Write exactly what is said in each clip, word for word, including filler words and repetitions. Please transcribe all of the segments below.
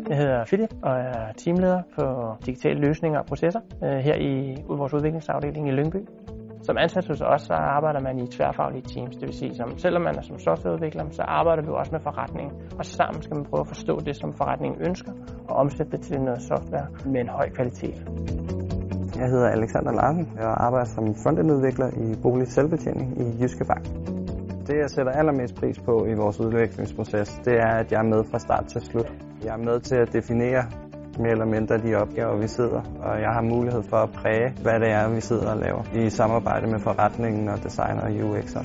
Jeg hedder Philip og er teamleder på digitale løsninger og processer her i vores udviklingsafdeling i Lyngby. Som ansat hos os, så arbejder man i tværfaglige teams, det vil sige, som selvom man er som softwareudvikler, så arbejder vi også med forretningen, og sammen skal man prøve at forstå det, som forretningen ønsker, og omsætte det til noget software med en høj kvalitet. Jeg hedder Alexander Larsen, og arbejder som frontend-udvikler i bolig selvbetjening i Jyske Bank. Det, jeg sætter allermest pris på i vores udviklingsproces, det er, at jeg er med fra start til slut. Jeg er med til at definere mere eller mindre de opgaver, vi sidder, og jeg har mulighed for at præge, hvad det er, vi sidder og laver i samarbejde med forretningen og designer og U X'er.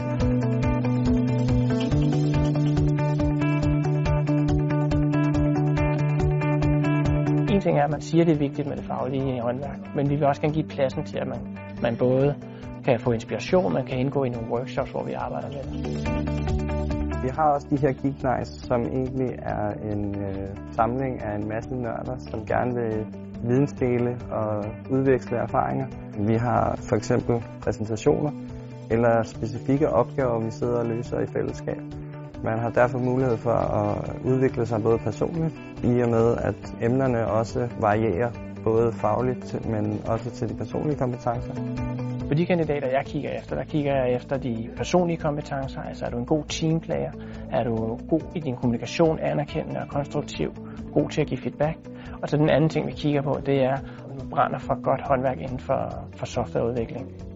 En ting er, at man siger, at det er vigtigt med det faglige håndværk, men vi vil også gerne give pladsen til, at man, man både kan få inspiration, man kan indgå i nogle workshops, hvor vi arbejder med det. Vi har også de her Geek Nights, som egentlig er en øh, samling af en masse nørder, som gerne vil vidensdele og udveksle erfaringer. Vi har for eksempel præsentationer eller specifikke opgaver, vi sidder og løser i fællesskab. Man har derfor mulighed for at udvikle sig både personligt, i og med at emnerne også varierer både fagligt, men også til de personlige kompetencer. For de kandidater, jeg kigger efter, der kigger jeg efter de personlige kompetencer. Altså er du en god teamplayer? Er du god i din kommunikation, anerkendende og konstruktiv? God til at give feedback? Og så den anden ting, vi kigger på, det er, at du brænder for godt håndværk inden for, for softwareudvikling.